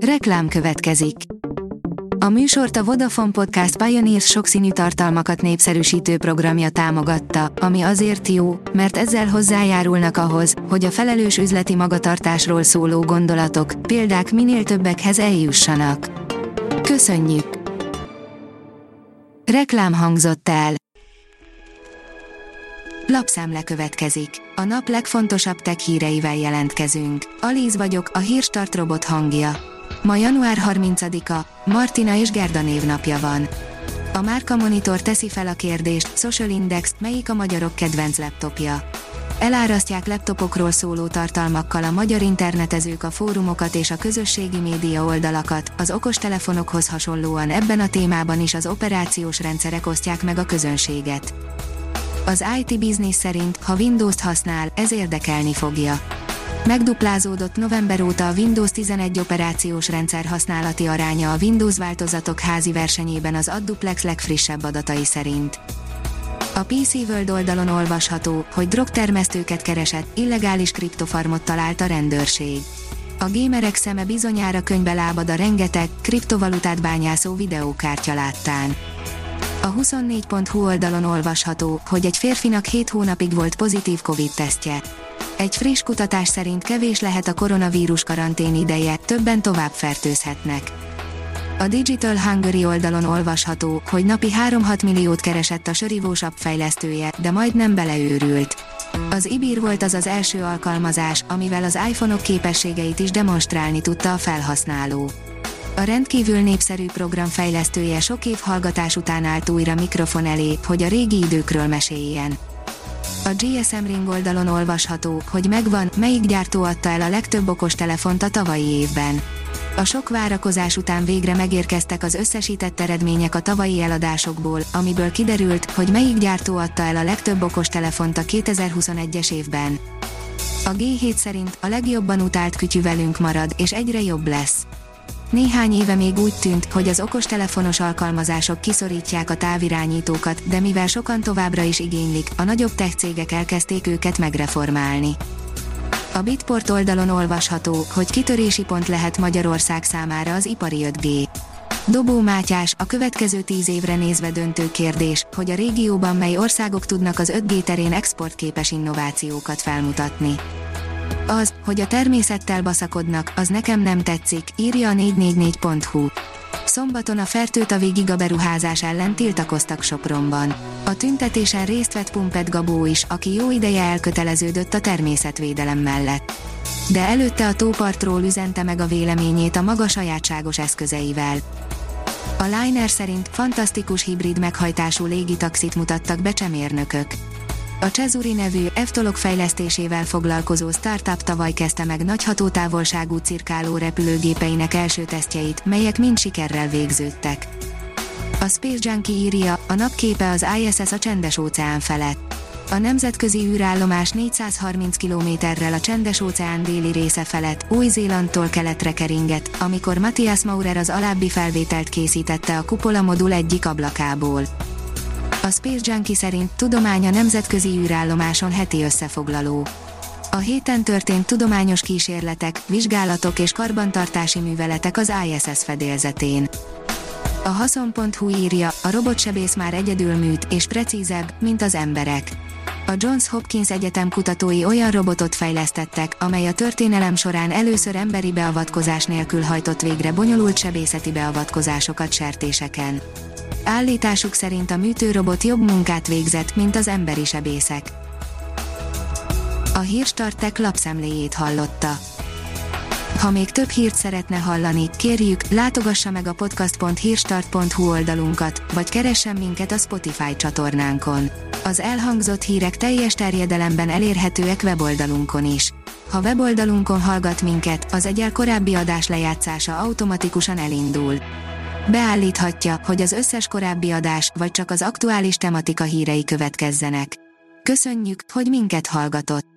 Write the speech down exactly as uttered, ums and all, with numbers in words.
Reklám következik. A műsort a Vodafone Podcast Pioneers sokszínű tartalmakat népszerűsítő programja támogatta, ami azért jó, mert ezzel hozzájárulnak ahhoz, hogy a felelős üzleti magatartásról szóló gondolatok, példák minél többekhez eljussanak. Köszönjük! Reklám hangzott el. Lapszemle következik. A nap legfontosabb tech híreivel jelentkezünk. Alíz vagyok, a Hírstart robot hangja. Ma január harmincadika, Martina és Gerda névnapja van. A Márka Monitor teszi fel a kérdést, Social Index, melyik a magyarok kedvenc laptopja. Elárasztják laptopokról szóló tartalmakkal a magyar internetezők a fórumokat és a közösségi média oldalakat, az okostelefonokhoz hasonlóan ebben a témában is az operációs rendszerek osztják meg a közönséget. Az i té Business szerint, ha Windows-t használ, ez érdekelni fogja. Megduplázódott november óta a Windows tizenegy operációs rendszer használati aránya a Windows változatok házi versenyében az Adduplex legfrissebb adatai szerint. A pé cé World oldalon olvasható, hogy drogtermesztőket keresett, illegális kriptofarmot talált a rendőrség. A gémerek szeme bizonyára könnybe lábad a rengeteg, kriptovalutát bányászó videókártya láttán. A huszonnégy pont hu oldalon olvasható, hogy egy férfinak hét hónapig volt pozitív Covid-tesztje. Egy friss kutatás szerint kevés lehet a koronavírus karantén ideje, többen tovább fertőzhetnek. A Digital Hungary oldalon olvasható, hogy napi három-hat milliót keresett a sörivós app fejlesztője, de majdnem beleőrült. Az Ibir volt az az első alkalmazás, amivel az iPhone-ok képességeit is demonstrálni tudta a felhasználó. A rendkívül népszerű program fejlesztője sok év hallgatás után állt újra mikrofon elé, hogy a régi időkről meséljen. A gé es em Ring oldalon olvasható, hogy megvan, melyik gyártó adta el a legtöbb okostelefont a tavalyi évben. A sok várakozás után végre megérkeztek az összesített eredmények a tavalyi eladásokból, amiből kiderült, hogy melyik gyártó adta el a legtöbb okostelefont a kétezer-huszonegyes évben. A gé hét szerint a legjobban utált kütyű velünk marad, és egyre jobb lesz. Néhány éve még úgy tűnt, hogy az okostelefonos alkalmazások kiszorítják a távirányítókat, de mivel sokan továbbra is igénylik, a nagyobb tech cégek elkezdték őket megreformálni. A Bitport oldalon olvasható, hogy kitörési pont lehet Magyarország számára az ipari öt gé. Dobó Mátyás, a következő tíz évre nézve döntő kérdés, hogy a régióban mely országok tudnak az öt gé terén exportképes innovációkat felmutatni. Az, hogy a természettel baszakodnak, az nekem nem tetszik, írja a négy négy négy pont hu. Szombaton a Fertőtavi gigaberuházás ellen tiltakoztak Sopronban. A tüntetésen részt vett Pumped Gabó is, aki jó ideje elköteleződött a természetvédelem mellett. De előtte a tópartról üzente meg a véleményét a maga sajátságos eszközeivel. A Liner szerint fantasztikus hibrid meghajtású légitaxit mutattak be csemérnökök. A Cezuri nevű Eftolog fejlesztésével foglalkozó startup tavaly kezdte meg nagy hatótávolságú cirkáló repülőgépeinek első tesztjeit, melyek mind sikerrel végződtek. A Space Junkie írja, a napképe az i es es a Csendes-óceán felett. A nemzetközi űrállomás négyszázharminc kilométerrel a Csendes-óceán déli része felett, Új-Zélandtól keletre keringett, amikor Matthias Maurer az alábbi felvételt készítette a kupola modul egyik ablakából. A Space Junkie szerint tudomány a nemzetközi űrállomáson heti összefoglaló. A héten történt tudományos kísérletek, vizsgálatok és karbantartási műveletek az i es es fedélzetén. A haszon pont hu írja, a robotsebész már egyedül műt és precízebb, mint az emberek. A Johns Hopkins Egyetem kutatói olyan robotot fejlesztettek, amely a történelem során először emberi beavatkozás nélkül hajtott végre bonyolult sebészeti beavatkozásokat sertéseken. Állításuk szerint a műtőrobot jobb munkát végzett, mint az emberi sebészek. A Hírstart Tech lapszemléjét hallotta. Ha még több hírt szeretne hallani, kérjük, látogassa meg a podcast pont hírstart pont hu oldalunkat, vagy keressen minket a Spotify csatornánkon. Az elhangzott hírek teljes terjedelemben elérhetőek weboldalunkon is. Ha weboldalunkon hallgat minket, az egyel korábbi adás lejátszása automatikusan elindul. Beállíthatja, hogy az összes korábbi adás, vagy csak az aktuális tematika hírei következzenek. Köszönjük, hogy minket hallgatott!